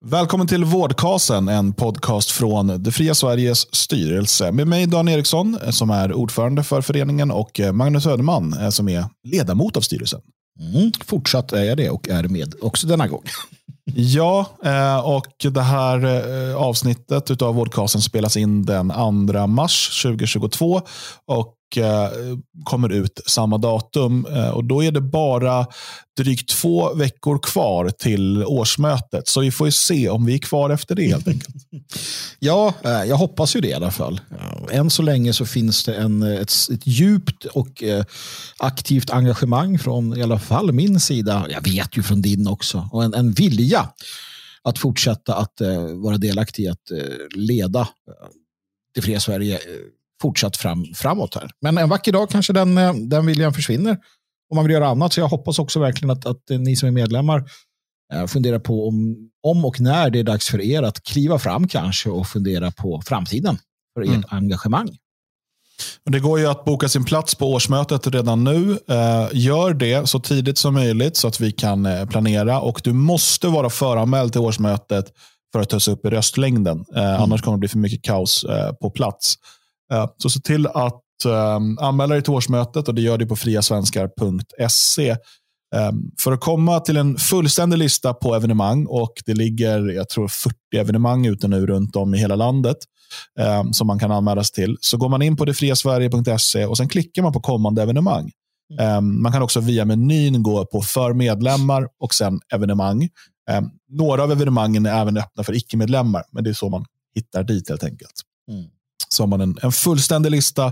Välkommen till Vårdkasen, en podcast från Det Fria Sveriges styrelse. Med mig Dan Eriksson som är ordförande för föreningen och Magnus Ödeman som är ledamot av styrelsen. Fortsatt är jag det och är med också denna gång. Ja, och det här avsnittet utav Vårdkasen spelas in den 2 mars 2022 och kommer ut samma datum. Och då är det bara drygt 2 veckor kvar till årsmötet. Så vi får ju se om vi är kvar efter det helt enkelt. Ja, jag hoppas ju det i alla fall. Än så länge så finns det ett djupt och aktivt engagemang från i alla fall min sida. Jag vet ju från din också. Och en vilja att fortsätta att vara delaktig i att leda Det Fria Sverige fortsatt framåt här. Men en vacker dag kanske den viljan försvinner om man vill göra annat. Så jag hoppas också verkligen att ni som är medlemmar funderar på om och när det är dags för er att kliva fram kanske och fundera på framtiden för ert engagemang. Och det går ju att boka sin plats på årsmötet redan nu. Gör det så tidigt som möjligt så att vi kan planera. Och du måste vara föranmäld till årsmötet för att ta sig upp i röstlängden. Annars kommer det bli för mycket kaos på plats. Så se till att anmäla dig till årsmötet och det gör du på friasvenskar.se för att komma till en fullständig lista på evenemang, och det ligger, jag tror 40 evenemang ute nu runt om i hela landet som man kan anmälas till. Så går man in på detfriasverige.se och sen klickar man på kommande evenemang. Man kan också via menyn gå på för medlemmar och sen evenemang. Några av evenemangen är även öppna för icke-medlemmar, men det är så man hittar dit helt enkelt. Så har man en fullständig lista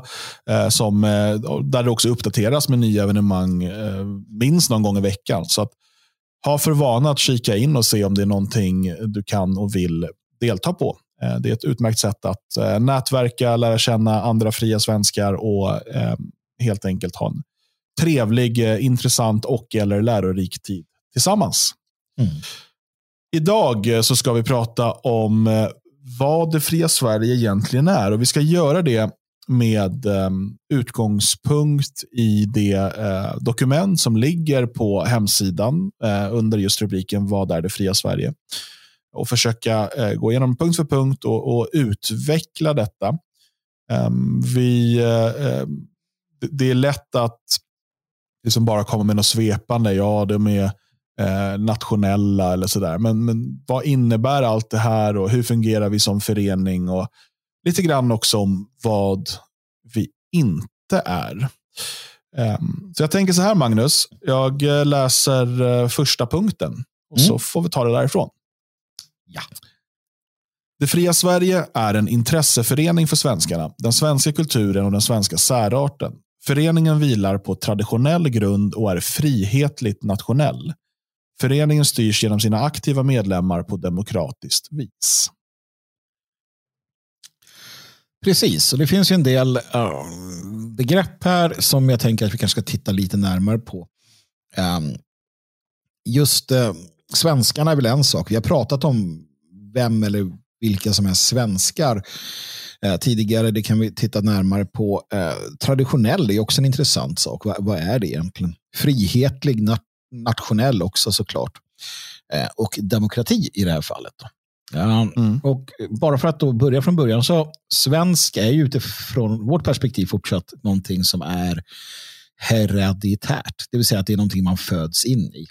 där det också uppdateras med nya evenemang minst någon gång i veckan. Så att ha för vana att kika in och se om det är någonting du kan och vill delta på. Det är ett utmärkt sätt att nätverka, lära känna andra fria svenskar och helt enkelt ha en trevlig, intressant och eller lärorik tid tillsammans. Idag så ska vi prata om vad Det Fria Sverige egentligen är, och vi ska göra det med utgångspunkt i det dokument som ligger på hemsidan under just rubriken Vad är Det Fria Sverige, och försöka gå igenom punkt för punkt och utveckla detta. Det är lätt att liksom bara komma med något svepande, ja de är nationella eller sådär. Men vad innebär allt det här och hur fungerar vi som förening, och lite grann också om vad vi inte är. Så jag tänker så här, Magnus, jag läser första punkten och så får vi ta det därifrån. Ja. Det Fria Sverige är en intresseförening för svenskarna, den svenska kulturen och den svenska särarten. Föreningen vilar på traditionell grund och är frihetligt nationell. Föreningen styrs genom sina aktiva medlemmar på demokratiskt vis. Precis, och det finns ju en del begrepp här som jag tänker att vi kanske ska titta lite närmare på. Svenskarna är väl en sak. Vi har pratat om vem eller vilka som är svenskar tidigare. Det kan vi titta närmare på. Traditionell är också en intressant sak. Vad är det egentligen? Frihetlig, nationell också såklart. Och demokrati i det här fallet. Och bara för att då börja från början, så svensk är ju utifrån vårt perspektiv fortsatt någonting som är hereditärt. Det vill säga att det är någonting man föds in i.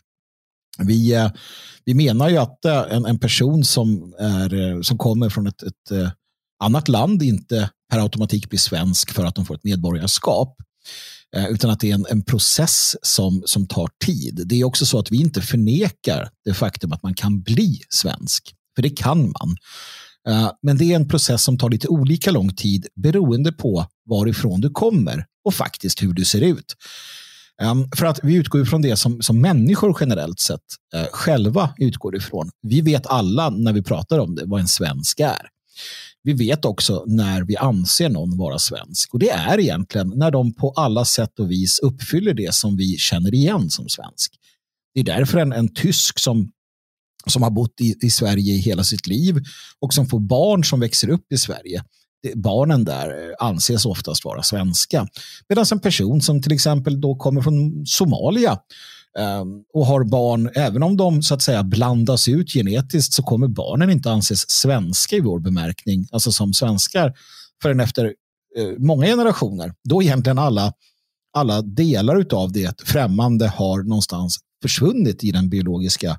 Vi menar ju att en person som kommer från ett annat land inte per automatik blir svensk för att de får ett medborgarskap. Utan att det är en process som tar tid. Det är också så att vi inte förnekar det faktum att man kan bli svensk. För det kan man. Men det är en process som tar lite olika lång tid beroende på varifrån du kommer och faktiskt hur du ser ut. För att vi utgår ifrån det som människor generellt sett själva utgår ifrån. Vi vet alla när vi pratar om det vad en svensk är. Vi vet också när vi anser någon vara svensk. Och det är egentligen när de på alla sätt och vis uppfyller det som vi känner igen som svensk. Det är därför en tysk som har bott i Sverige i hela sitt liv och som får barn som växer upp i Sverige. Barnen där anses oftast vara svenska. Medan en person som till exempel då kommer från Somalia och har barn, även om de så att säga blandas ut genetiskt, så kommer barnen inte anses svenska i vår bemärkning, alltså som svenskar, förrän efter många generationer. Då egentligen alla delar utav det främmande har någonstans försvunnit i den biologiska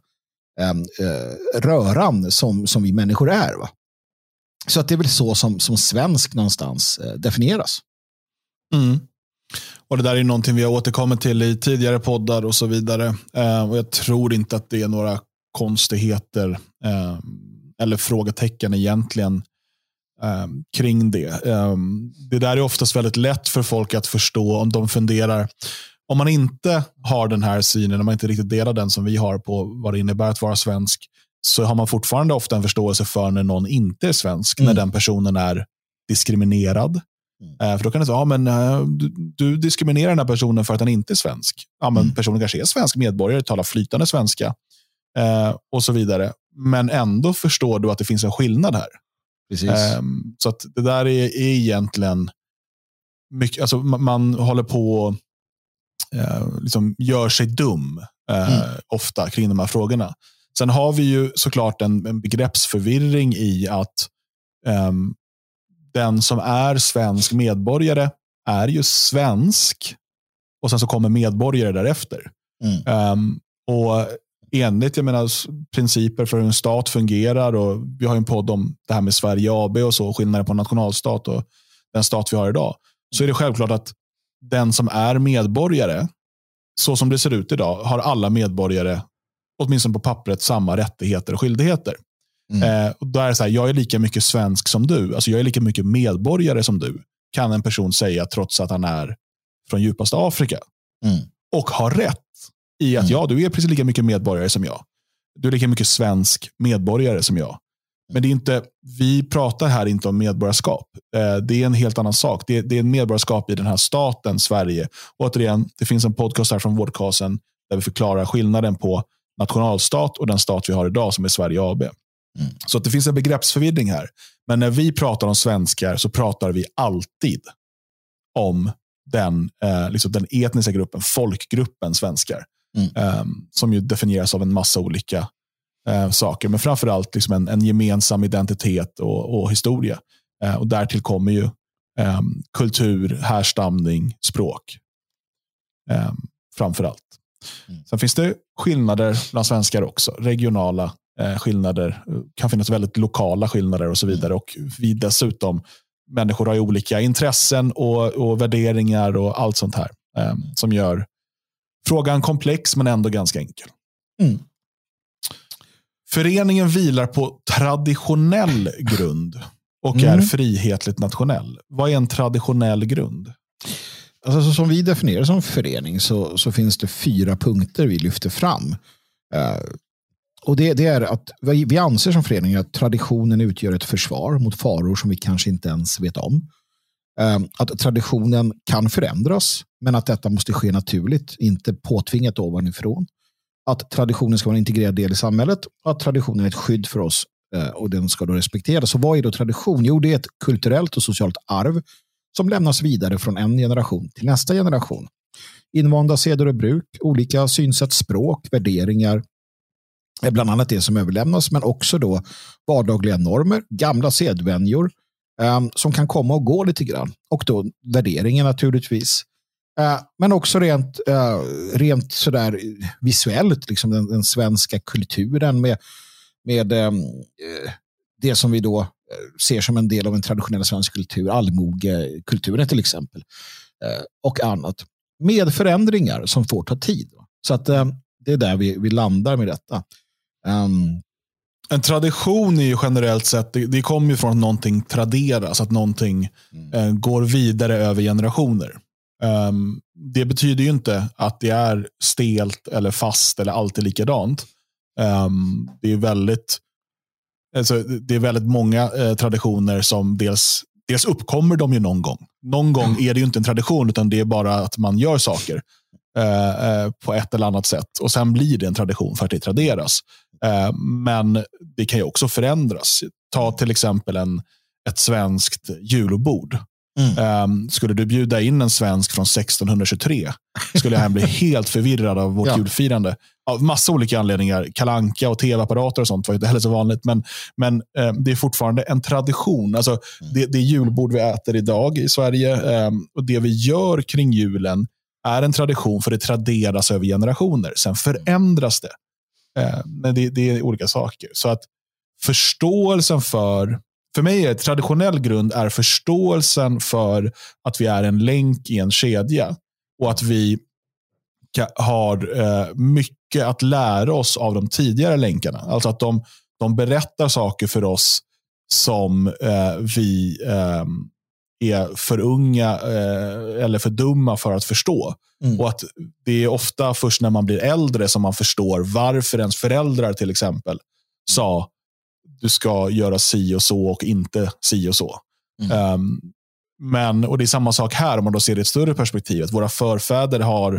röran som vi människor är. Va? Så att det är väl så som svensk någonstans definieras. Mm. Och det där är någonting vi har återkommit till i tidigare poddar och så vidare. Och jag tror inte att det är några konstigheter eller frågetecken egentligen kring det. Det där är oftast väldigt lätt för folk att förstå om de funderar. Om man inte har den här synen, om man inte riktigt delar den som vi har på vad det innebär att vara svensk, så har man fortfarande ofta en förståelse för när någon inte är svensk, när den personen är diskriminerad. För då kan det säga, du diskriminerar den här personen för att den inte är svensk. Ja, men personen kanske är svensk medborgare, talar flytande svenska och så vidare. Men ändå förstår du att det finns en skillnad här. Precis. Så att det där är egentligen mycket, alltså man håller på liksom gör sig dum ofta kring de här frågorna. Sen har vi ju såklart en begreppsförvirring i att den som är svensk medborgare är ju svensk och sen så kommer medborgare därefter. Och enligt principer för hur en stat fungerar, och vi har ju en podd om det här med Sverige AB och så, skillnader på nationalstat och den stat vi har idag, så är det självklart att den som är medborgare, så som det ser ut idag, har alla medborgare åtminstone på pappret samma rättigheter och skyldigheter. Och då är det så här, jag är lika mycket svensk som du, alltså jag är lika mycket medborgare som du, kan en person säga trots att han är från djupaste Afrika. Och har rätt i att ja, du är precis lika mycket medborgare som jag. Du är lika mycket svensk medborgare som jag. Men det är inte, vi pratar här inte om medborgarskap. Det är en helt annan sak. Det är en medborgarskap i den här staten, Sverige. Och återigen, det finns en podcast här från Vårdkasen där vi förklarar skillnaden på nationalstat och den stat vi har idag som är Sverige AB. Så att det finns en begreppsförvirring här. Men när vi pratar om svenskar så pratar vi alltid om den etniska gruppen, folkgruppen svenskar. Som ju definieras av en massa olika saker, men framförallt liksom en gemensam identitet och historia. Och därtill kommer ju kultur, härstamning, språk. Framförallt. Sen finns det skillnader bland svenskar också. Regionala skillnader. Kan finnas väldigt lokala skillnader och så vidare. Och vi dessutom, människor har ju olika intressen och värderingar och allt sånt här. Som gör frågan komplex men ändå ganska enkel. Föreningen vilar på traditionell grund och är frihetligt nationell. Vad är en traditionell grund? Alltså, som vi definierar som förening så finns det 4 punkter vi lyfter fram. Och det är att vi anser som förening att traditionen utgör ett försvar mot faror som vi kanske inte ens vet om. Att traditionen kan förändras, men att detta måste ske naturligt, inte påtvingat ovanifrån. Att traditionen ska vara en integrerad del i samhället och att traditionen är ett skydd för oss och den ska då respekteras. Så vad är då tradition? Jo, det är ett kulturellt och socialt arv som lämnas vidare från en generation till nästa generation. Invanda seder och bruk, olika synsätt, språk, värderingar är bland annat det som överlämnas, men också då vardagliga normer, gamla sedvänjor som kan komma och gå lite grann. Och då värderingen naturligtvis. Men också rent sådär visuellt, liksom den svenska kulturen med det som vi då ser som en del av en traditionell svensk kultur, allmogekulturen till exempel, och annat. Med förändringar som får ta tid. Så att det är där vi landar med detta. En tradition är ju generellt sett, det kommer ju från att någonting traderas, att någonting går vidare över generationer. Det betyder ju inte att det är stelt eller fast eller alltid likadant. Det är väldigt många traditioner som dels uppkommer de ju någon gång. Någon gång är det ju inte en tradition, utan det är bara att man gör saker på ett eller annat sätt. Och sen blir det en tradition för att det traderas. Men det kan ju också förändras. Ta till exempel ett svenskt julbord. Skulle du bjuda in en svensk från 1623 skulle han bli helt förvirrad av vårt julfirande. Av massa olika anledningar. Kalle Anka och tv-apparater och sånt var inte heller så vanligt. Men det är fortfarande en tradition. Alltså, det julbord vi äter idag i Sverige och det vi gör kring julen är en tradition, för det traderas över generationer. Sen förändras det. Men det är olika saker. Så att förståelsen för mig är traditionell grund är förståelsen för att vi är en länk i en kedja och att vi har mycket att lära oss av de tidigare länkarna. Alltså att de berättar saker för oss som vi är för unga eller för dumma för att förstå. Och att det är ofta först när man blir äldre som man förstår varför ens föräldrar till exempel sa du ska göra si och så och inte si och så. Och det är samma sak här om man då ser det i ett större perspektiv. Att våra förfäder har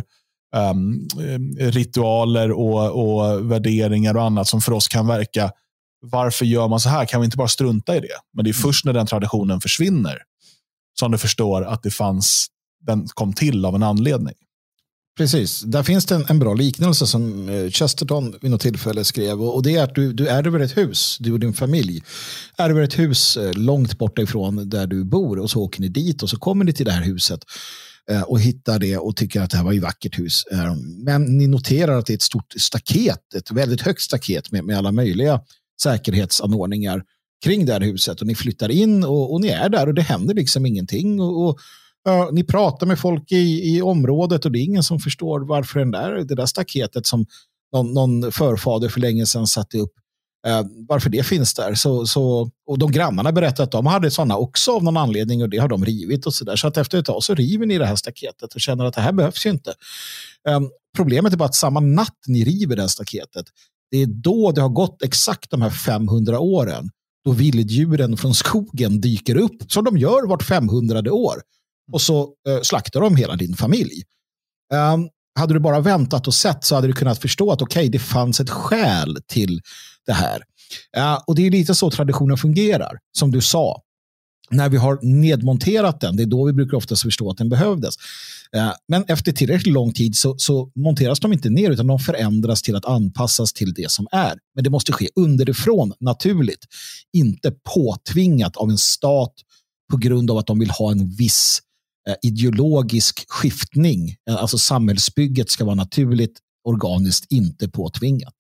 ritualer och värderingar och annat som för oss kan verka, varför gör man så här? Kan vi inte bara strunta i det? Men det är först när den traditionen försvinner som du förstår att den kom till av en anledning. Precis, där finns det en bra liknelse som Chesterton vid något tillfälle skrev, och det är att du ärver ett hus, du och din familj ärver ett hus långt borta ifrån där du bor, och så åker ni dit och så kommer ni till det här huset och hittar det och tycker att det här var ett vackert hus. Men ni noterar att det är ett stort staket, ett väldigt högt staket med alla möjliga säkerhetsanordningar kring det här huset, och ni flyttar in och ni är där och det händer liksom ingenting och ni pratar med folk i området och det är ingen som förstår varför det där staketet som någon förfader för länge sedan satte upp, varför det finns där. Och de grannarna berättar att de hade sådana också av någon anledning och det har de rivit och sådär. Så att efter ett tag så river ni det här staketet och känner att det här behövs ju inte. Problemet är bara att samma natt ni river det här staketet, det är då det har gått exakt de här 500 åren då vilddjuren från skogen dyker upp som de gör vart 500:e år. Och så slaktar de hela din familj. Hade du bara väntat och sett så hade du kunnat förstå att okej, det fanns ett skäl till det här. Och det är lite så traditionen fungerar, som du sa. När vi har nedmonterat den, det är då vi brukar oftast förstå att den behövdes. Men efter tillräckligt lång tid så monteras de inte ner utan de förändras till att anpassas till det som är. Men det måste ske underifrån, naturligt. Inte påtvingat av en stat på grund av att de vill ha en viss ideologisk skiftning. Alltså samhällsbygget ska vara naturligt, organiskt, inte påtvingat.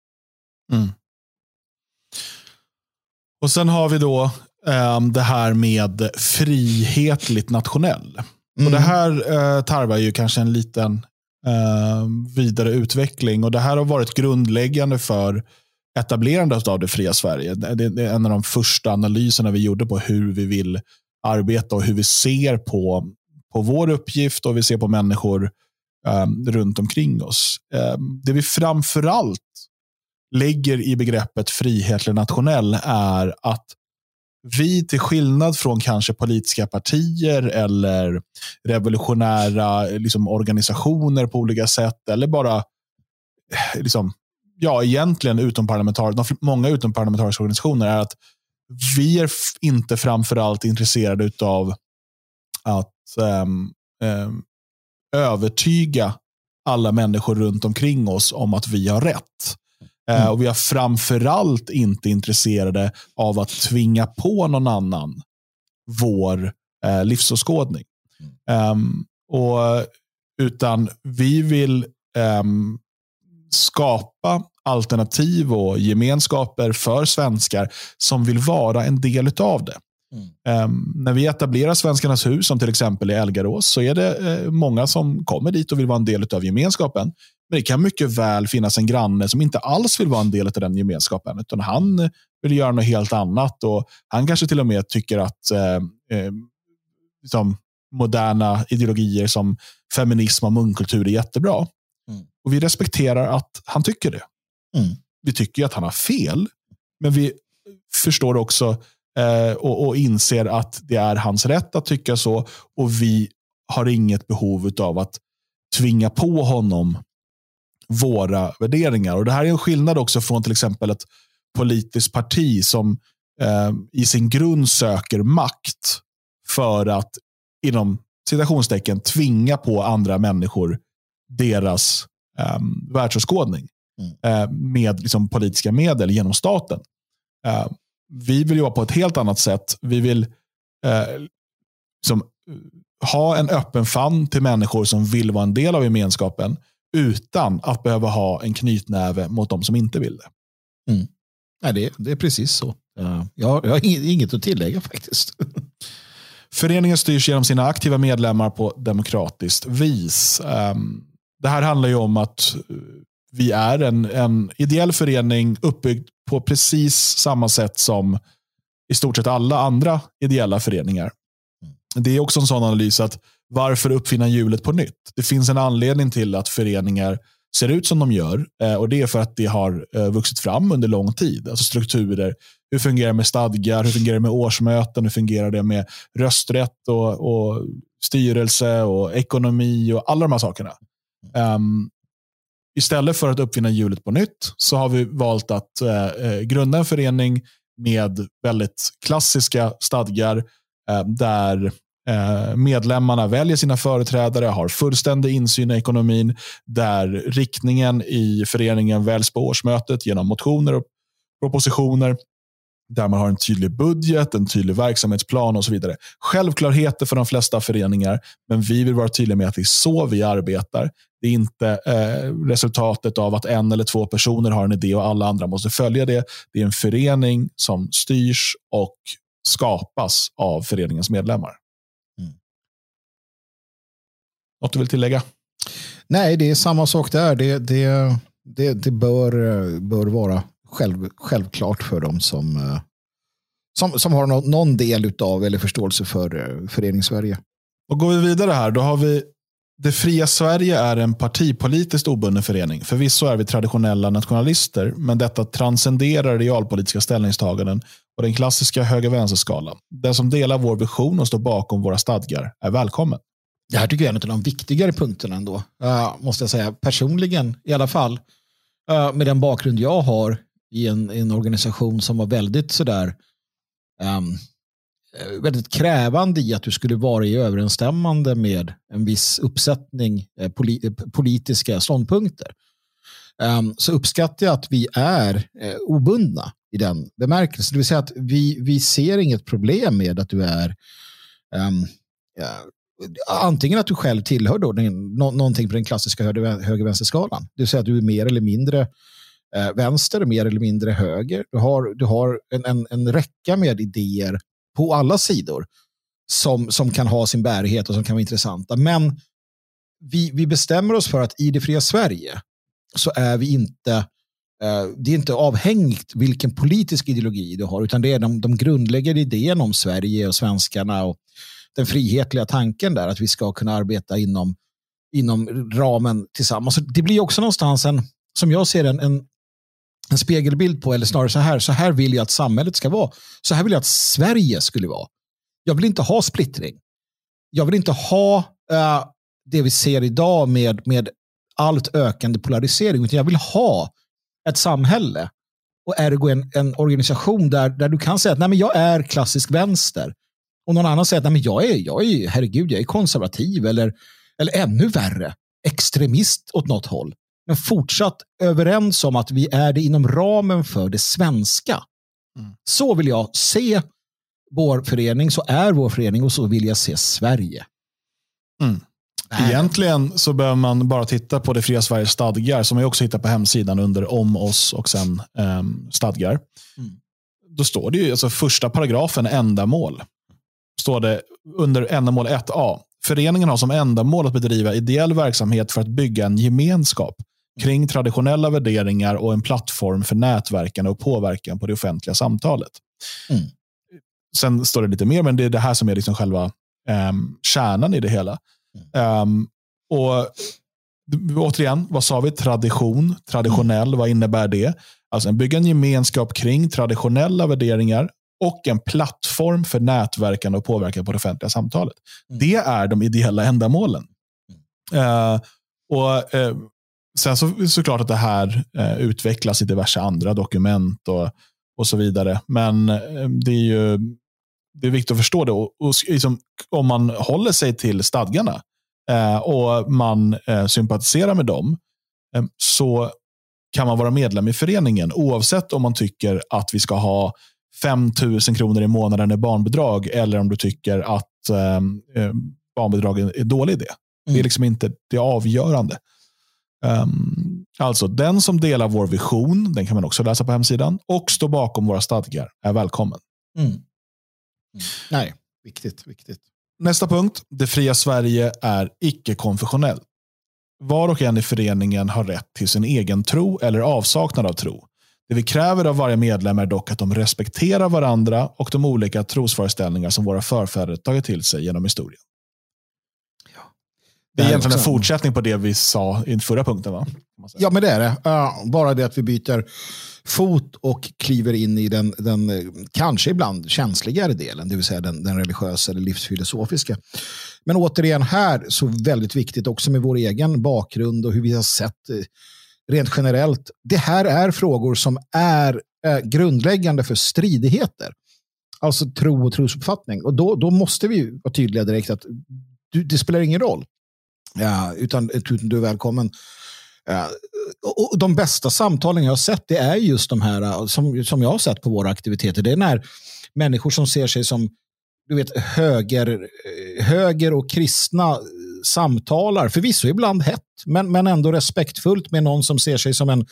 Och sen har vi då det här med frihetligt nationell. Och det här tarvar ju kanske en liten vidare utveckling, och det här har varit grundläggande för etablerandet av det fria Sverige. Det är en av de första analyserna vi gjorde på hur vi vill arbeta och hur vi ser på vår uppgift och vi ser på människor runt omkring oss. Det vi framförallt lägger i begreppet frihetlig nationell är att vi, till skillnad från kanske politiska partier eller revolutionära organisationer på olika sätt, eller bara egentligen många utomparlamentariska organisationer, är att vi är inte framförallt intresserade av att övertyga alla människor runt omkring oss om att vi har rätt. Och vi är framförallt inte intresserade av att tvinga på någon annan vår livsåskådning. Utan vi vill skapa alternativ och gemenskaper för svenskar som vill vara en del av det. När vi etablerar Svenskarnas hus, som till exempel i Elgarås, så är det många som kommer dit och vill vara en del av gemenskapen. Men det kan mycket väl finnas en granne som inte alls vill vara en del av den gemenskapen, utan han vill göra något helt annat, och han kanske till och med tycker att moderna ideologier som feminism och mångkultur är jättebra. Och vi respekterar att han tycker det. Vi tycker att han har fel, men vi förstår också och inser att det är hans rätt att tycka så, och vi har inget behov av att tvinga på honom våra värderingar. Och det här är en skillnad också från till exempel ett politiskt parti som i sin grund söker makt för att inom citationstecken tvinga på andra människor deras världsåskådning med liksom politiska medel genom staten. Vi vill jobba på ett helt annat sätt. Vi vill ha en öppen famn till människor som vill vara en del av gemenskapen utan att behöva ha en knytnäve mot de som inte vill det. Nej, det är precis så. Jag har inget att tillägga faktiskt. Föreningen styrs genom sina aktiva medlemmar på demokratiskt vis. Det här handlar ju om att vi är en ideell förening uppbyggd på precis samma sätt som i stort sett alla andra ideella föreningar. Det är också en sån analys att varför uppfinna hjulet på nytt? Det finns en anledning till att föreningar ser ut som de gör, och det är för att det har vuxit fram under lång tid. Alltså strukturer, hur fungerar det med stadgar, hur fungerar det med årsmöten, hur fungerar det med rösträtt och styrelse och ekonomi och alla de här sakerna. Istället för att uppfinna hjulet på nytt så har vi valt att grunda en förening med väldigt klassiska stadgar där medlemmarna väljer sina företrädare, har fullständig insyn i ekonomin, där riktningen i föreningen väljs på årsmötet genom motioner och propositioner, där man har en tydlig budget, en tydlig verksamhetsplan och så vidare. Självklarheter för de flesta föreningar, men vi vill vara tydliga med att det är så vi arbetar. Det är inte resultatet av att en eller två personer har en idé och alla andra måste följa det. Det är en förening som styrs och skapas av föreningens medlemmar. Något du vill tillägga? Nej, det är samma sak där. Det bör vara självklart för dem som har någon del utav eller förståelse för Föreningssverige. Och går vi vidare här, då har vi Det fria Sverige är en partipolitiskt obunden förening. Förvisso är vi traditionella nationalister, men detta transcenderar realpolitiska ställningstaganden och den klassiska höger-vänster-skalan. Den som delar vår vision och står bakom våra stadgar är välkommen. Det här tycker jag är en av de viktigare punkterna ändå. Måste jag säga. Personligen i alla fall. Med den bakgrund jag har i en organisation som var väldigt sådär väldigt krävande i att du skulle vara i överensstämmande med en viss uppsättning politiska ståndpunkter. Så uppskattar jag att vi är obundna i den bemärkelsen. Det vill säga att vi ser inget problem med att du är antingen att du själv tillhör då någonting på den klassiska höger-vänster-skalan. Det vill säga att du är mer eller mindre vänster, mer eller mindre höger. Du har en räcka med idéer på alla sidor som kan ha sin bärighet och som kan vara intressanta. Men vi bestämmer oss för att i det fria Sverige så är vi inte det är inte avhängigt vilken politisk ideologi du har, utan det är de grundläggande idéerna om Sverige och svenskarna och den frihetliga tanken där att vi ska kunna arbeta inom ramen tillsammans. Så det blir också någonstans som jag ser en spegelbild på, eller snarare så här vill jag att samhället ska vara. Så här vill jag att Sverige skulle vara. Jag vill inte ha splittring. Jag vill inte ha det vi ser idag med allt ökande polarisering, utan jag vill ha ett samhälle och ergo en organisation där du kan säga att nej, men jag är klassisk vänster. Och någon annan säger att nej, men jag är konservativ eller ännu värre, extremist åt något håll. Men fortsatt överens om att vi är det inom ramen för det svenska. Så vill jag se vår förening, så är vår förening, och så vill jag se Sverige. Egentligen så behöver man bara titta på det fria Sveriges stadgar, som jag också hittar på hemsidan under om oss och sen stadgar. Då står det ju, alltså första paragrafen, ändamål. Står det under ändamål 1a. Föreningen har som ändamål att bedriva ideell verksamhet för att bygga en gemenskap kring traditionella värderingar och en plattform för nätverkande och påverkan på det offentliga samtalet. Sen står det lite mer, men det är det här som är liksom själva kärnan i det hela. Och återigen, vad sa vi? Traditionell, vad innebär det? Alltså bygga en gemenskap kring traditionella värderingar och en plattform för nätverkande och påverkan på det offentliga samtalet. Det är de ideella ändamålen. Sen såklart att det här utvecklas i diverse andra dokument och så vidare. Men det är ju det är viktigt att förstå det. Och liksom, om man håller sig till stadgarna och man sympatiserar med dem, så kan man vara medlem i föreningen oavsett om man tycker att vi ska ha 5 000 kronor i månaden i barnbidrag eller om du tycker att barnbidragen är dålig idé. Det är liksom inte det avgörande. Alltså, den som delar vår vision, den kan man också läsa på hemsidan, och står bakom våra stadgar är välkommen. Nej, viktigt. Nästa punkt. Det fria Sverige är icke-konfessionellt. Var och en i föreningen har rätt till sin egen tro eller avsaknad av tro. Det vi kräver av varje medlem är dock att de respekterar varandra och de olika trosföreställningar som våra förfäder tagit till sig genom historien. Det är egentligen en fortsättning på det vi sa i förra punkten, va? Ja, men det är det. Bara det att vi byter fot och kliver in i den kanske ibland känsligare delen, det vill säga den religiösa eller livsfilosofiska. Men återigen här, så väldigt viktigt också med vår egen bakgrund och hur vi har sett rent generellt. Det här är frågor som är grundläggande för stridigheter. Alltså tro och trosuppfattning. Och då måste vi vara tydliga direkt att det spelar ingen roll. Utan du är välkommen. Och de bästa samtalen jag har sett, det är just de här som jag har sett på våra aktiviteter. Det är när människor som ser sig som, du vet, höger och kristna samtalar, förvisso ibland hett, men ändå respektfullt med någon som ser sig som en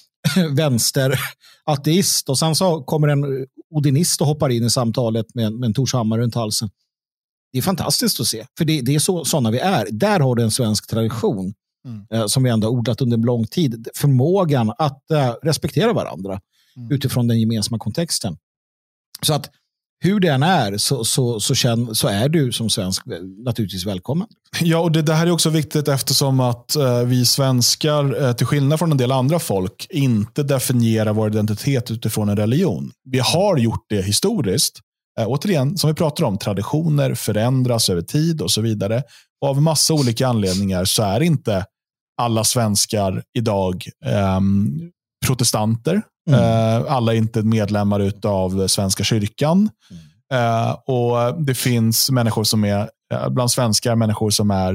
vänsterateist, och sen så kommer en odinist och hoppar in i samtalet med en torshammare runt halsen. Det är fantastiskt att se, för det är sådana vi är. Där har du en svensk tradition som vi ändå har odlat under en lång tid. Förmågan att respektera varandra utifrån den gemensamma kontexten. Så att hur det än är så är du som svensk naturligtvis välkommen. Ja, och det här är också viktigt eftersom att vi svenskar, till skillnad från en del andra folk, inte definierar vår identitet utifrån en religion. Vi har gjort det historiskt. Återigen, som vi pratar om, traditioner förändras över tid och så vidare. Och av massa olika anledningar så är inte alla svenskar idag protestanter. Alla är inte medlemmar utav Svenska kyrkan. Och det finns människor som är, bland svenskar, människor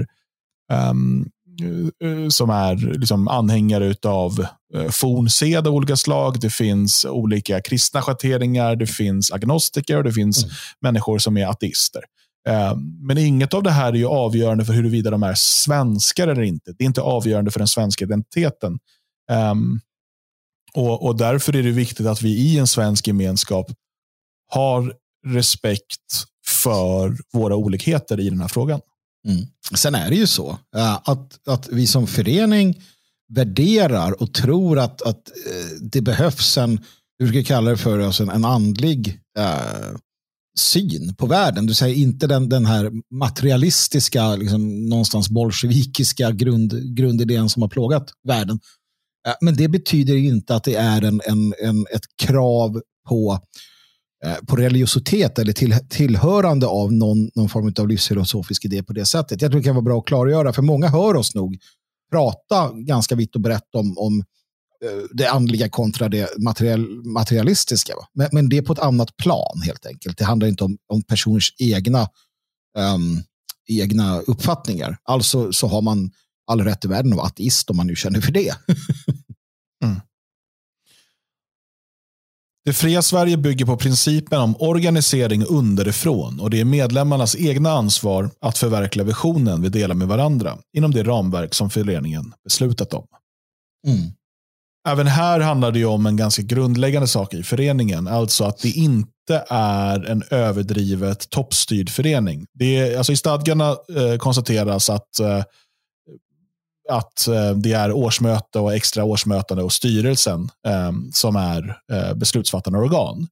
som är liksom anhängare utav fornsed av olika slag. Det finns olika kristna schatteringar, det finns agnostiker och det finns människor som är ateister. Men inget av det här är ju avgörande för huruvida de är svenskar eller inte. Det är inte avgörande för den svenska identiteten. Och därför är det viktigt att vi i en svensk gemenskap har respekt för våra olikheter i den här frågan. Sen är det ju så att vi som förening värderar och tror att det behövs hur ska jag kalla det för, alltså en andlig syn på världen. Du säger inte den här materialistiska, liksom, någonstans bolsjevikiska grundidén som har plågat världen. Men det betyder inte att det är ett krav på religiositet eller tillhörande av någon form av livsfilosofisk idé på det sättet. Jag tror det kan vara bra att klargöra, för många hör oss nog prata ganska vitt och brett om det andliga kontra det materialistiska. Men det är på ett annat plan helt enkelt. Det handlar inte om personers egna uppfattningar. Alltså så har man all rätt i världen att vara ateist om man nu känner för det. Det fria Sverige bygger på principen om organisering underifrån, och det är medlemmarnas egna ansvar att förverkliga visionen vi delar med varandra inom det ramverk som föreningen beslutat om. Även här handlar det ju om en ganska grundläggande sak i föreningen, alltså att det inte är en överdrivet toppstyrd förening. Alltså i stadgarna konstateras att det är årsmöte och extra årsmötande och styrelsen som är beslutsfattande organ.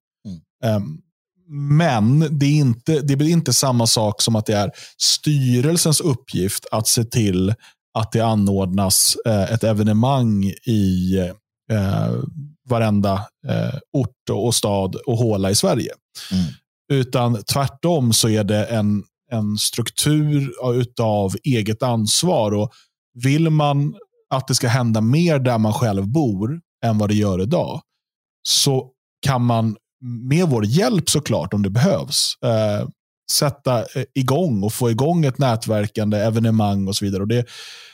Men det blir inte samma sak som att det är styrelsens uppgift att se till att det anordnas ett evenemang i varenda ort och stad och håla i Sverige. Utan tvärtom så är det en struktur utav eget ansvar, och vill man att det ska hända mer där man själv bor än vad det gör idag, så kan man med vår hjälp såklart om det behövs sätta igång och få igång ett nätverkande evenemang och så vidare. Och det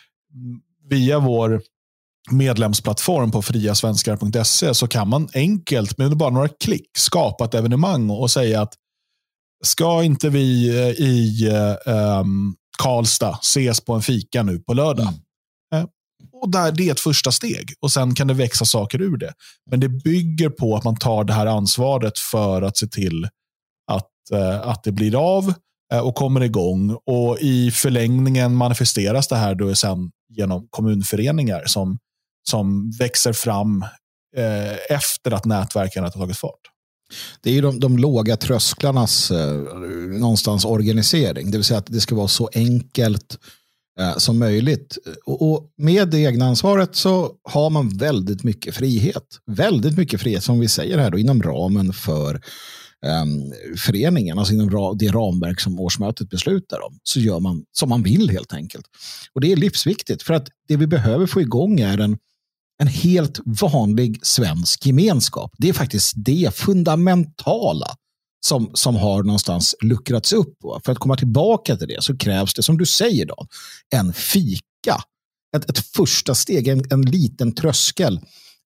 via vår medlemsplattform på friasvenskar.se så kan man enkelt med bara några klick skapa ett evenemang och säga att ska inte vi i Karlstad ses på en fika nu på lördag? Och där, det är ett första steg. Och sen kan det växa saker ur det. Men det bygger på att man tar det här ansvaret för att se till att det blir av och kommer igång. Och i förlängningen manifesteras det här då sen genom kommunföreningar som växer fram efter att nätverken har tagit fart. Det är ju de låga trösklarnas någonstans organisering. Det vill säga att det ska vara så enkelt som möjligt. Och med det egna ansvaret så har man väldigt mycket frihet. Väldigt mycket frihet som vi säger här då, inom ramen för föreningen, alltså inom det ramverk som årsmötet beslutar om, så gör man som man vill helt enkelt. Och det är livsviktigt för att det vi behöver få igång är en helt vanlig svensk gemenskap. Det är faktiskt det fundamentala som har någonstans luckrats upp. För att komma tillbaka till det så krävs det, som du säger då, en fika. Ett första steg, en liten tröskel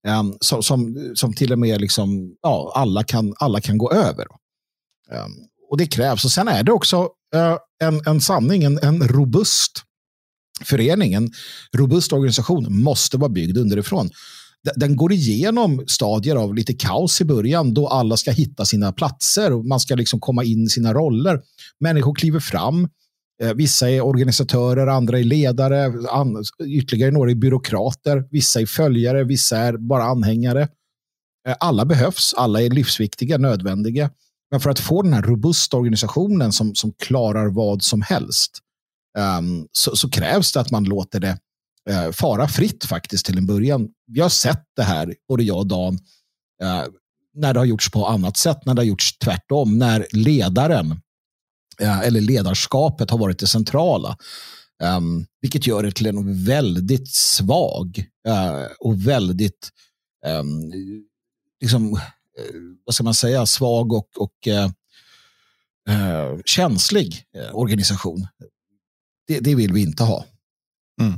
som till och med liksom, ja, alla kan gå över. Och det krävs. Och sen är det också en sanning, en robust förening, en robust organisation måste vara byggd underifrån. Den går igenom stadier av lite kaos i början då alla ska hitta sina platser och man ska liksom komma in i sina roller. Människor kliver fram. Vissa är organisatörer, andra är ledare, ytterligare några är byråkrater, vissa är följare, vissa är bara anhängare. Alla behövs, alla är livsviktiga, nödvändiga. Men för att få den här robusta organisationen som klarar vad som helst så krävs det att man låter det fara fritt faktiskt till en början. Vi har sett det här, både jag och Dan, när det har gjorts på annat sätt, när det har gjorts tvärtom, när ledaren eller ledarskapet har varit det centrala. Vilket gör det till en väldigt svag och väldigt liksom, vad ska man säga, svag och känslig organisation. Det vill vi inte ha. Mm.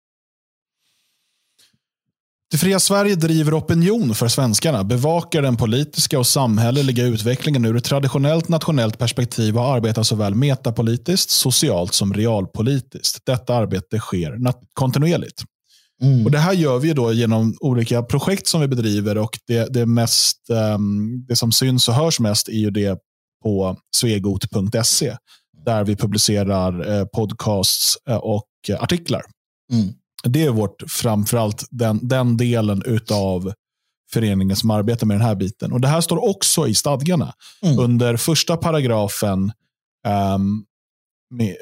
Det fria Sverige driver opinion för svenskarna, bevakar den politiska och samhälleliga utvecklingen ur ett traditionellt nationellt perspektiv och arbetar såväl metapolitiskt, socialt som realpolitiskt. Detta arbete sker kontinuerligt. Och det här gör vi då genom olika projekt som vi bedriver och det som syns och hörs mest är ju det på svegot.se där vi publicerar podcasts och artiklar. Det är framförallt den delen utav föreningen som arbetar med den här biten. Och det här står också i stadgarna. Under första paragrafen med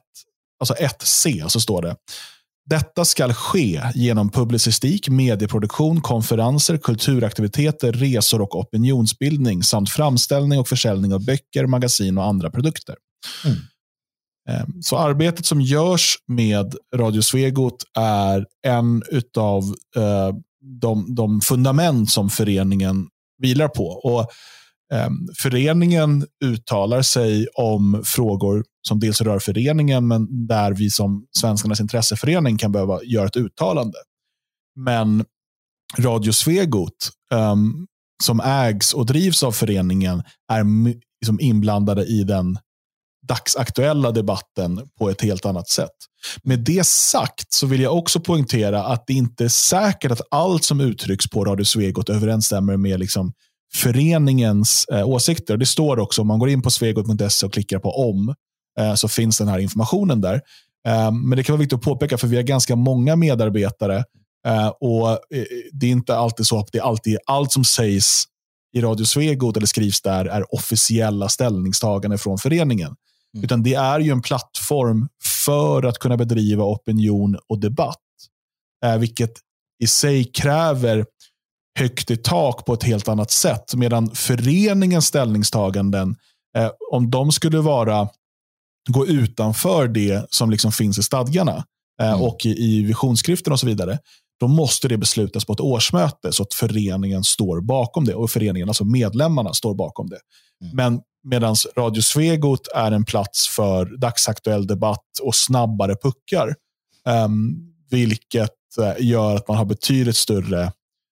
1c så står det: detta ska ske genom publicistik, medieproduktion, konferenser, kulturaktiviteter, resor och opinionsbildning samt framställning och försäljning av böcker, magasin och andra produkter. Så arbetet som görs med Radio Svegot är en utav de fundament som föreningen vilar på. Och föreningen uttalar sig om frågor som dels rör föreningen men där vi som Svenskarnas intresseförening kan behöva göra ett uttalande. Men Radio Svegot som ägs och drivs av föreningen är liksom inblandade i den dagsaktuella debatten på ett helt annat sätt. Med det sagt så vill jag också poängtera att det inte är säkert att allt som uttrycks på Radio Svegot överensstämmer med liksom föreningens åsikter. Det står också, om man går in på svegot.se och klickar på om så finns den här informationen där. Men det kan vara viktigt att påpeka för vi har ganska många medarbetare och det är inte alltid så att det alltid är allt som sägs i Radio Svegot eller skrivs där är officiella ställningstaganden från föreningen. Utan det är ju en plattform för att kunna bedriva opinion och debatt. Vilket i sig kräver högt i tak på ett helt annat sätt. Medan föreningens ställningstaganden, om de skulle gå utanför det som liksom finns i stadgarna och i visionsskriften och så vidare, då måste det beslutas på ett årsmöte så att föreningen står bakom det. Och föreningen, alltså medlemmarna, står bakom det. Men medan Radio Svegot är en plats för dagsaktuell debatt och snabbare puckar, vilket gör att man har betydligt större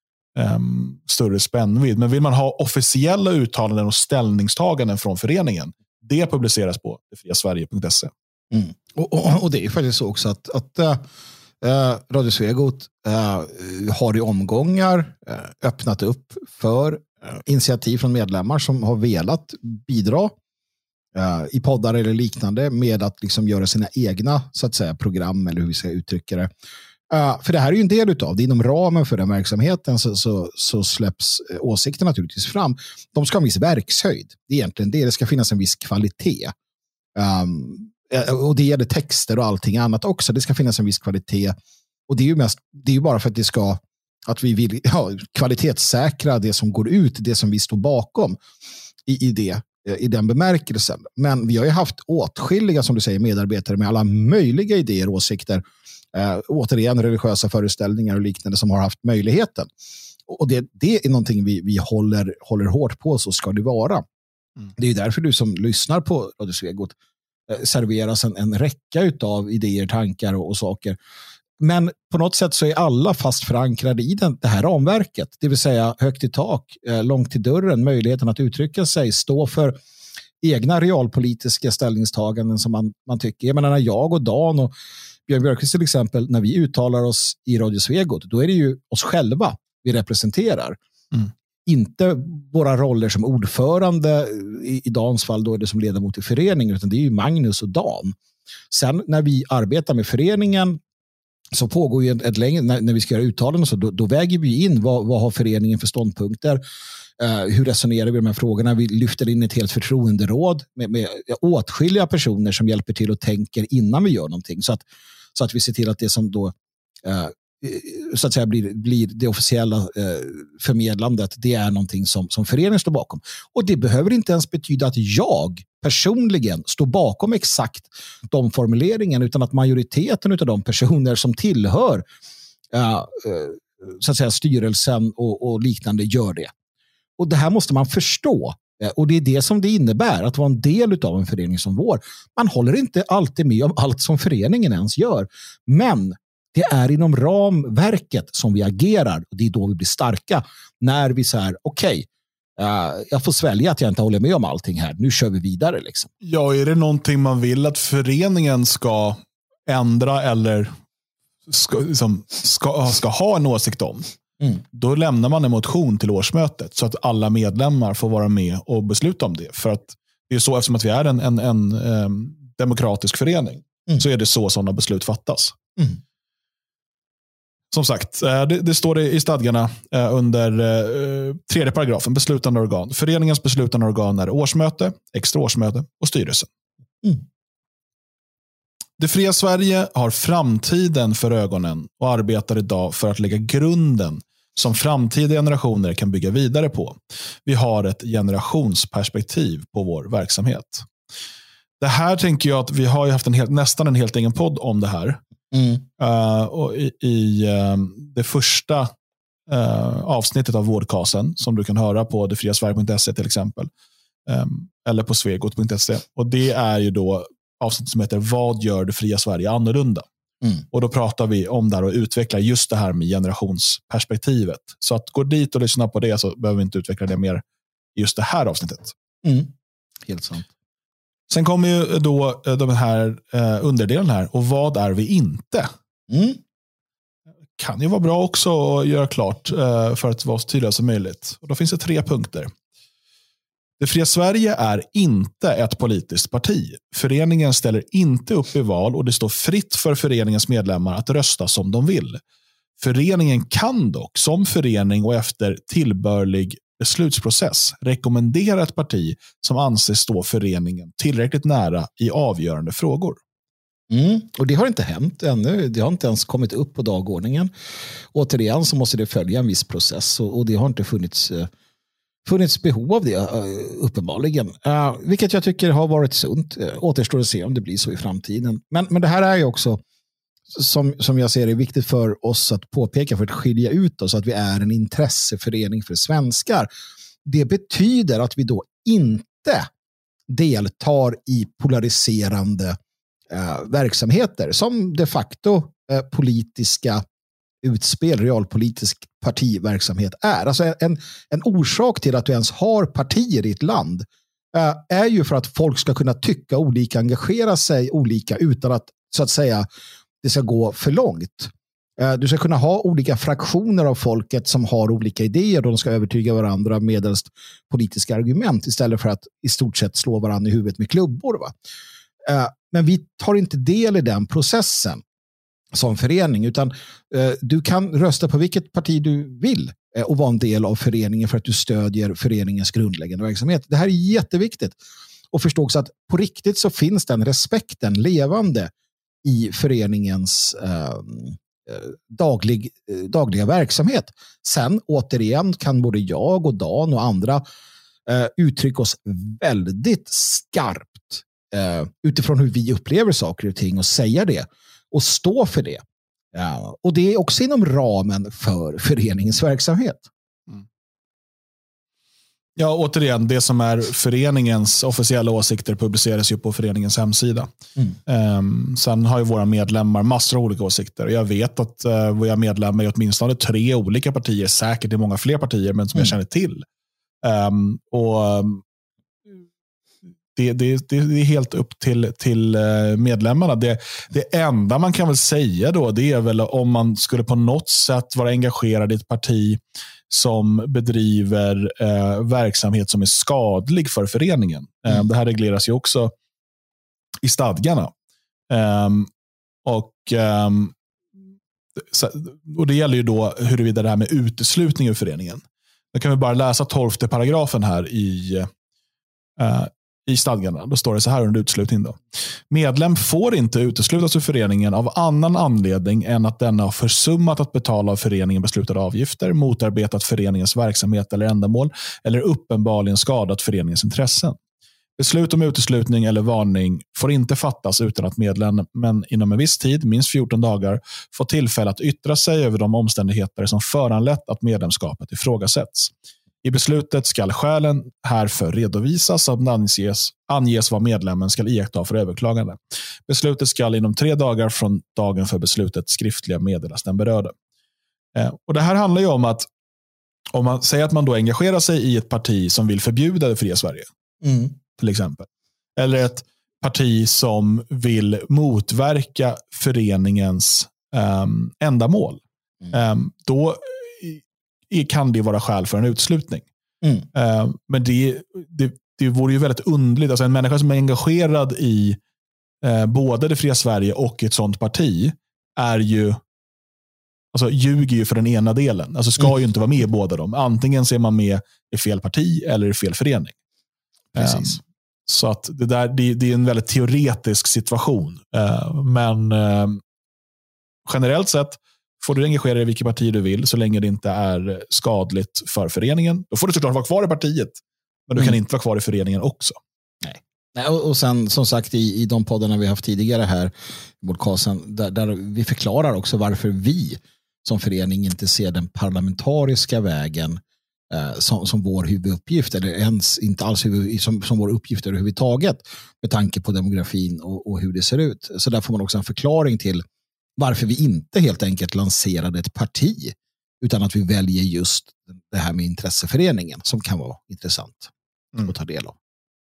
spännvidd. Men vill man ha officiella uttalanden och ställningstaganden från föreningen, det publiceras på detfriasverige.se. Och det är faktiskt så också att Radio Svegot har i omgångar öppnat upp för initiativ från medlemmar som har velat bidra i poddar eller liknande med att liksom göra sina egna, så att säga, program, eller hur vi ska uttrycka det. För det här är ju en del utav det. Inom ramen för den verksamheten så släpps åsikter naturligtvis fram. De ska ha en viss verkshöjd. Det är egentligen det. Det ska finnas en viss kvalitet. Och det gäller texter och allting annat också. Det ska finnas en viss kvalitet. Och det är ju bara för att vi vill kvalitetssäkra det som går ut, det som vi står bakom i den bemärkelsen. Men vi har ju haft åtskilliga, som du säger, medarbetare med alla möjliga idéer och åsikter. Återigen religiösa föreställningar och liknande som har haft möjligheten. Och det är någonting vi håller hårt på, så ska det vara. Det är ju därför du som lyssnar på Radio Svegot serveras en räcka utav idéer, tankar och saker. Men på något sätt så är alla fast förankrade i det här ramverket. Det vill säga högt i tak, långt till dörren, möjligheten att uttrycka sig, stå för egna realpolitiska ställningstaganden som man tycker. Jag menar, när jag och Dan och Björn Björkqvist till exempel, när vi uttalar oss i Radio Svegot, då är det ju oss själva vi representerar. Inte våra roller som ordförande, i Dans fall då är det som ledamot i föreningen, utan det är ju Magnus och Dan. Sen när vi arbetar med föreningen så pågår ju ett längre, när vi ska göra uttalanden så då väger vi in vad har föreningen för ståndpunkter, hur resonerar vi de här frågorna. Vi lyfter in ett helt förtroenderåd med åtskilliga personer som hjälper till och tänker innan vi gör någonting, så att vi ser till att det som då så att säga blir det officiella förmedlandet, det är någonting som föreningen står bakom. Och det behöver inte ens betyda att jag personligen står bakom exakt de formuleringarna, utan att majoriteten av de personer som tillhör så att säga styrelsen och liknande gör det. Och det här måste man förstå. Och det är det som det innebär att vara en del av en förening som vår. Man håller inte alltid med om allt som föreningen ens gör, men det är inom ramverket som vi agerar, och det är då vi blir starka. När vi säger okej, jag får svälja att jag inte håller med om allting här. Nu kör vi vidare liksom. Ja, är det någonting man vill att föreningen ska ändra eller ska ha en åsikt om, då lämnar man en motion till årsmötet så att alla medlemmar får vara med och besluta om det. För att det är så, eftersom att vi är en demokratisk förening, så är det så sådana beslut fattas. Som sagt, det står det i stadgarna under 3:e paragrafen, beslutande organ. Föreningens beslutande organ är årsmöte, extra årsmöte och styrelsen. Det fria Sverige har framtiden för ögonen och arbetar idag för att lägga grunden som framtida generationer kan bygga vidare på. Vi har ett generationsperspektiv på vår verksamhet. Det här tänker jag att vi har ju haft nästan en helt egen podd om det här. Och i det första avsnittet av Vårdkasen, som du kan höra på detfriasverige.se till exempel, eller på svegot.se, och det är ju då avsnitt som heter Vad gör det fria Sverige annorlunda? Och då pratar vi om det här och utvecklar just det här med generationsperspektivet. Så att gå dit och lyssna på det, så behöver vi inte utveckla det mer i just det här avsnittet. Helt sant. Sen kommer ju då de här underdelen här. Och vad är vi inte? Kan ju vara bra också att göra klart för att vara så tydliga som möjligt. Och då finns det 3 punkter. Det fria Sverige är inte ett politiskt parti. Föreningen ställer inte upp i val och det står fritt för föreningens medlemmar att rösta som de vill. Föreningen kan dock som förening och efter tillbörlig beslutsprocess rekommendera ett parti som anses stå föreningen tillräckligt nära i avgörande frågor. Och det har inte hänt ännu. Det har inte ens kommit upp på dagordningen. Återigen så måste det följa en viss process, och det har inte funnits behov av det uppenbarligen. Vilket jag tycker har varit sunt. Återstår att se om det blir så i framtiden. Men det här är ju också som jag ser det är viktigt för oss att påpeka för att skilja ut oss att vi är en intresseförening för svenskar. Det betyder att vi då inte deltar i polariserande verksamheter som de facto politiska utspel, realpolitisk partiverksamhet är. Alltså en orsak till att du ens har partier i ett land är ju för att folk ska kunna tycka olika, engagera sig olika utan att så att säga det ska gå för långt. Du ska kunna ha olika fraktioner av folket som har olika idéer och de ska övertyga varandra medelst politiska argument istället för att i stort sett slå varandra i huvudet med klubbor. Va? Men vi tar inte del i den processen som förening, utan du kan rösta på vilket parti du vill och vara en del av föreningen för att du stödjer föreningens grundläggande verksamhet. Det här är jätteviktigt. Och förstå också att på riktigt så finns den respekten levande i föreningens dagliga verksamhet. Sen återigen kan både jag och Dan och andra uttrycka oss väldigt skarpt utifrån hur vi upplever saker och ting och säga det och stå för det. Och det är också inom ramen för föreningens verksamhet. Ja, återigen, det som är föreningens officiella åsikter publiceras ju på föreningens hemsida. Sen har ju våra medlemmar massor av olika åsikter. Jag vet att våra medlemmar är åtminstone 3 olika partier, säkert i många fler partier, men som jag känner till. Det är helt upp till medlemmarna. Det enda man kan väl säga då, det är väl om man skulle på något sätt vara engagerad i ett parti som bedriver verksamhet som är skadlig för föreningen. Det här regleras ju också i stadgarna. Och det gäller ju då huruvida det här med uteslutning ur föreningen. Då kan vi bara läsa 12:e paragrafen här i stadgarna. Då står det så här under utslutning då. Medlem får inte uteslutas ur föreningen av annan anledning än att denna har försummat att betala av föreningen beslutade avgifter, motarbetat föreningens verksamhet eller ändamål eller uppenbarligen skadat föreningens intressen. Beslut om uteslutning eller varning får inte fattas utan att medlemmen inom en viss tid, minst 14 dagar, får tillfälle att yttra sig över de omständigheter som föranlett att medlemskapet ifrågasätts. I beslutet ska skälen härför redovisas och anges vad medlemmen ska iaktta för överklagande. Beslutet ska inom 3 dagar från dagen för beslutet skriftliga meddelas den berörde. Och det här handlar ju om att om man säger att man då engagerar sig i ett parti som vill förbjuda det fria Sverige, till exempel. Eller ett parti som vill motverka föreningens ändamål. Då kan det vara skäl för en utslutning. Men det vore ju väldigt underligt. Alltså en människa som är engagerad i både det fria Sverige och ett sånt parti är ju ljuger ju för den ena delen. Alltså ska ju inte vara med i båda dem. Antingen ser man med i fel parti eller i fel förening. Precis. Så att det är en väldigt teoretisk situation. Men generellt sett får du engagera dig i vilket parti du vill så länge det inte är skadligt för föreningen. Då får du såklart vara kvar i partiet. Men du kan inte vara kvar i föreningen också. Nej, och sen som sagt i de poddarna vi haft tidigare här i podcasten där vi förklarar också varför vi som förening inte ser den parlamentariska vägen som vår huvuduppgift eller ens inte alls som vår uppgift överhuvudtaget med tanke på demografin och hur det ser ut. Så där får man också en förklaring till varför vi inte helt enkelt lanserade ett parti utan att vi väljer just det här med intresseföreningen som kan vara intressant att ta del av.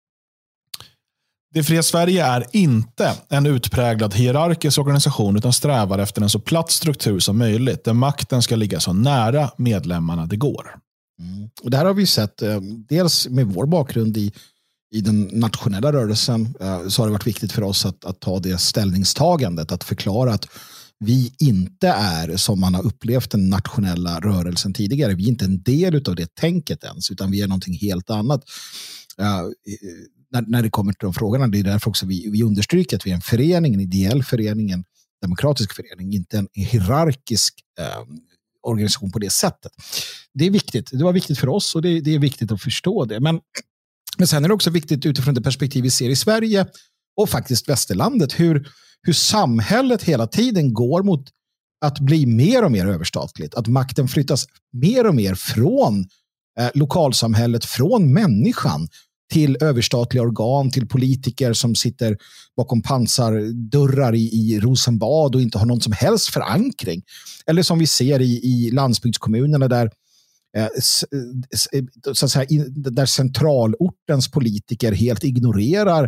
Det fria Sverige är inte en utpräglad hierarkisk organisation utan strävar efter en så platt struktur som möjligt där makten ska ligga så nära medlemmarna det går. Och det här har vi sett dels med vår bakgrund i den nationella rörelsen så har det varit viktigt för oss att ta det ställningstagandet, att förklara att vi inte är som man har upplevt den nationella rörelsen tidigare. Vi är inte en del av det tänket ens, utan vi är någonting helt annat. När det kommer till de frågorna, det är därför också vi understryker att vi är en förening, en ideell förening, en demokratisk förening, inte en hierarkisk organisation på det sättet. Det är viktigt. Det var viktigt för oss och det är viktigt att förstå det. Men sen är det också viktigt utifrån det perspektiv vi ser i Sverige och faktiskt västerlandet hur hur samhället hela tiden går mot att bli mer och mer överstatligt. Att makten flyttas mer och mer från lokalsamhället, från människan till överstatliga organ, till politiker som sitter bakom pansardörrar i Rosenbad och inte har någon som helst förankring. Eller som vi ser i landsbygdskommunerna där så att säga, där centralortens politiker helt ignorerar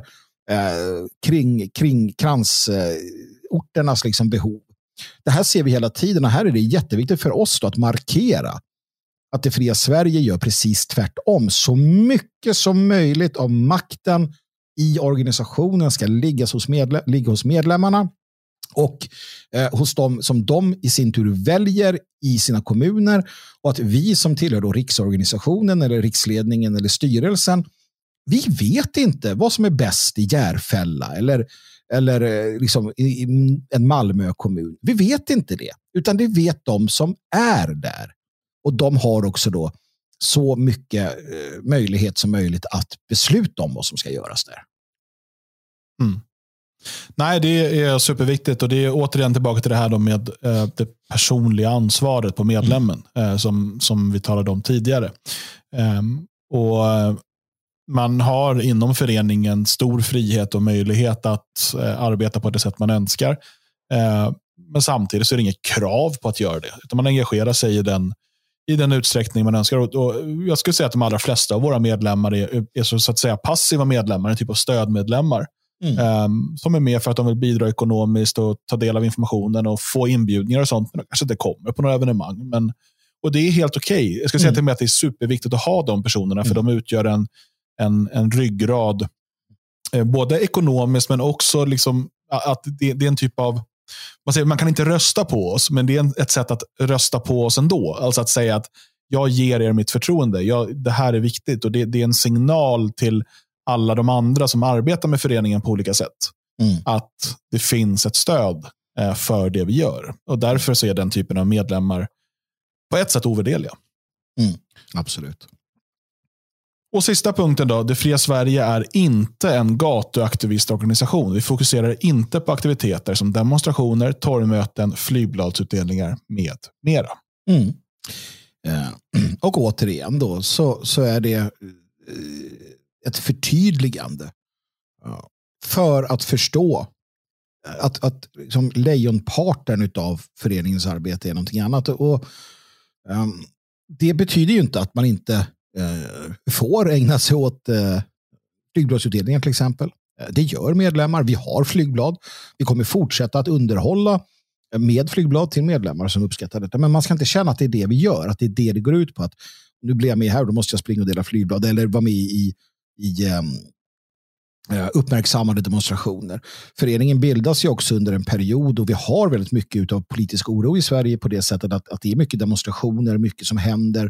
kring kransorternas liksom behov. Det här ser vi hela tiden och här är det jätteviktigt för oss då att markera att det fria Sverige gör precis tvärtom. Så mycket som möjligt av makten i organisationen ska ligga hos medlemmarna och hos dem som de i sin tur väljer i sina kommuner, och att vi som tillhör då riksorganisationen eller riksledningen eller styrelsen, vi vet inte vad som är bäst i Järfälla eller liksom i en Malmö kommun. Vi vet inte det, utan det vet de som är där. Och de har också då så mycket möjlighet som möjligt att besluta om vad som ska göras där. Mm. Nej, det är superviktigt, och det är återigen tillbaka till det här då med det personliga ansvaret på medlemmen som vi talade om tidigare. Och man har inom föreningen stor frihet och möjlighet att arbeta på det sätt man önskar. Men samtidigt så är det inget krav på att göra det, utan man engagerar sig i den utsträckning man önskar. Och jag skulle säga att de allra flesta av våra medlemmar är så att säga passiva medlemmar, en typ av stödmedlemmar. Som är med för att de vill bidra ekonomiskt och ta del av informationen och få inbjudningar och sånt, men de kanske inte kommer på några evenemang. Och det är helt okej. Jag ska säga till mig att det är superviktigt att ha de personerna, för de utgör en ryggrad, både ekonomiskt men också liksom att det är en typ av, man kan inte rösta på oss, men det är ett sätt att rösta på oss ändå. Alltså att säga att jag ger er mitt förtroende, det här är viktigt, och det är en signal till alla de andra som arbetar med föreningen på olika sätt. Att det finns ett stöd för det vi gör. Och därför så är den typen av medlemmar på ett sätt ovärderliga. Absolut. Och sista punkten då, det fria Sverige är inte en gatuaktivistorganisation. Vi fokuserar inte på aktiviteter som demonstrationer, torgmöten, flygbladsutdelningar med mera. Och återigen då så är det ett förtydligande för att förstå att liksom lejonparten av föreningens arbete är någonting annat. Och det betyder ju inte att man inte får ägna sig åt flygbladsutdelningar till exempel. Det gör medlemmar. Vi har flygblad. Vi kommer fortsätta att underhålla med flygblad till medlemmar som uppskattar detta. Men man ska inte känna att det är det vi gör. Att det är det går ut på. Att nu blir jag med här och då måste jag springa och dela flygblad. Eller vara med i uppmärksammade demonstrationer. Föreningen bildas ju också under en period och vi har väldigt mycket av politisk oro i Sverige på det sättet att det är mycket demonstrationer, mycket som händer.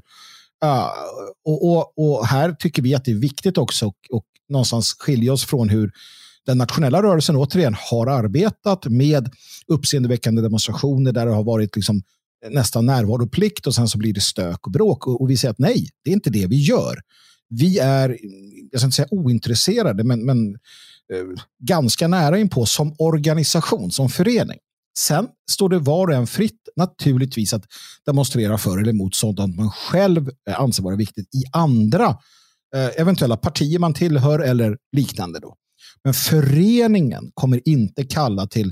Och här tycker vi att det är viktigt också och någonstans skilja oss från hur den nationella rörelsen återigen har arbetat med uppseendeväckande demonstrationer där det har varit liksom nästan närvaroplikt och sen så blir det stök och bråk. Och vi säger att nej, det är inte det vi gör. Vi är, jag ska inte säga ointresserade, men ganska nära in på som organisation, som förening. Sen står det var och en fritt naturligtvis att demonstrera för eller emot sådant man själv anser vara viktigt i andra eventuella partier man tillhör eller liknande då. Men föreningen kommer inte kalla till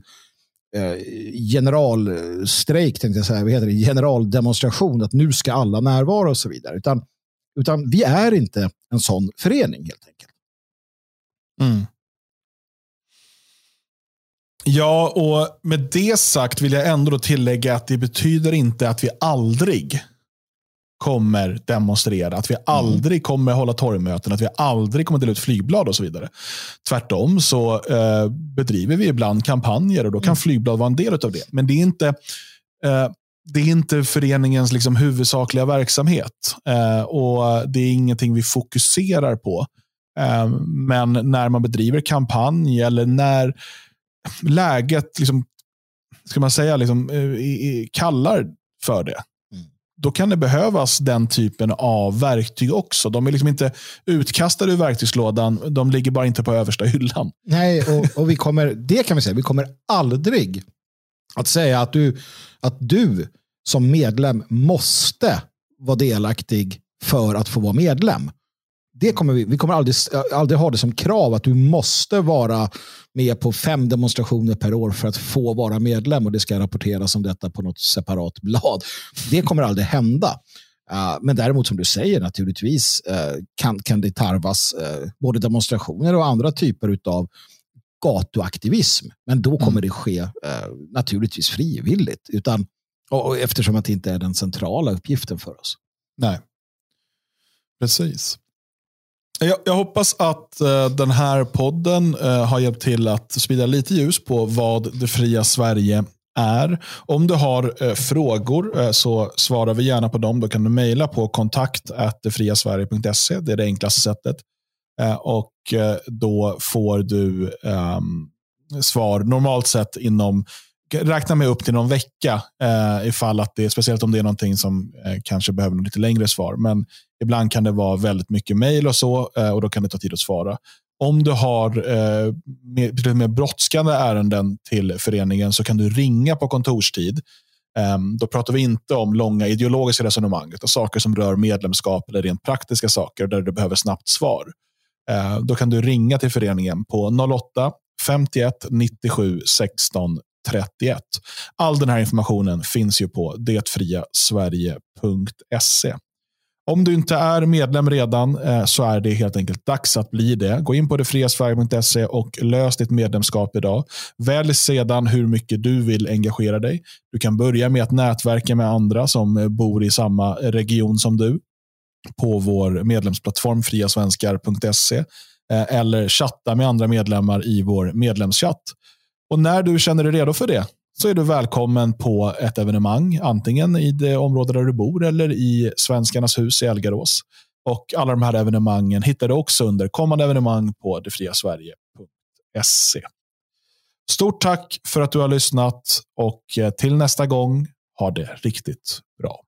generalstrejk, tänkte jag säga, vad heter det? Generaldemonstration, att nu ska alla närvara och så vidare. Utan vi är inte en sån förening helt enkelt. Ja, och med det sagt vill jag ändå tillägga att det betyder inte att vi aldrig kommer demonstrera, att vi aldrig kommer hålla torgmöten, att vi aldrig kommer dela ut flygblad och så vidare. Tvärtom så bedriver vi ibland kampanjer och då kan flygblad vara en del av det. Men det är inte föreningens liksom huvudsakliga verksamhet och det är ingenting vi fokuserar på. Men när man bedriver kampanj eller när läget liksom, ska man säga, liksom, kallar för det, då kan det behövas den typen av verktyg också. De är liksom inte utkastade ur verktygslådan, de ligger bara inte på översta hyllan. Nej, och vi kommer aldrig att säga att du som medlem måste vara delaktig för att få vara medlem. Vi kommer aldrig ha det som krav att du måste vara med på 5 demonstrationer per år för att få vara medlem, och det ska rapporteras om detta på något separat blad. Det kommer aldrig hända. Men däremot, som du säger, naturligtvis kan det tarvas både demonstrationer och andra typer av gatuaktivism. Men då kommer det ske naturligtvis frivilligt, och eftersom att det inte är den centrala uppgiften för oss. Nej, precis. Jag hoppas att den här podden har hjälpt till att sprida lite ljus på vad det fria Sverige är. Om du har frågor så svarar vi gärna på dem. Då kan du mejla på kontakt@detfriasverige.se. Det är det enklaste sättet. Och då får du svar normalt sett räkna med upp till någon vecka ifall att det är, speciellt om det är någonting som kanske behöver lite längre svar. Men ibland kan det vara väldigt mycket mejl och så, och då kan det ta tid att svara. Om du har mer brådskande ärenden till föreningen så kan du ringa på kontorstid. Då pratar vi inte om långa ideologiska resonemang, utan saker som rör medlemskap eller rent praktiska saker där du behöver snabbt svar. Då kan du ringa till föreningen på 08 51 97 16 31. All den här informationen finns ju på detfriasverige.se. Om du inte är medlem redan så är det helt enkelt dags att bli det. Gå in på detfriasverige.se och lös ditt medlemskap idag. Välj sedan hur mycket du vill engagera dig. Du kan börja med att nätverka med andra som bor i samma region som du på vår medlemsplattform friasvenskar.se, eller chatta med andra medlemmar i vår medlemschatt. Och när du känner dig redo för det så är du välkommen på ett evenemang, antingen i det område där du bor eller i Svenskarnas hus i Elgarås. Och alla de här evenemangen hittar du också under kommande evenemang på detfriasverige.se. Stort tack för att du har lyssnat, och till nästa gång, ha det riktigt bra.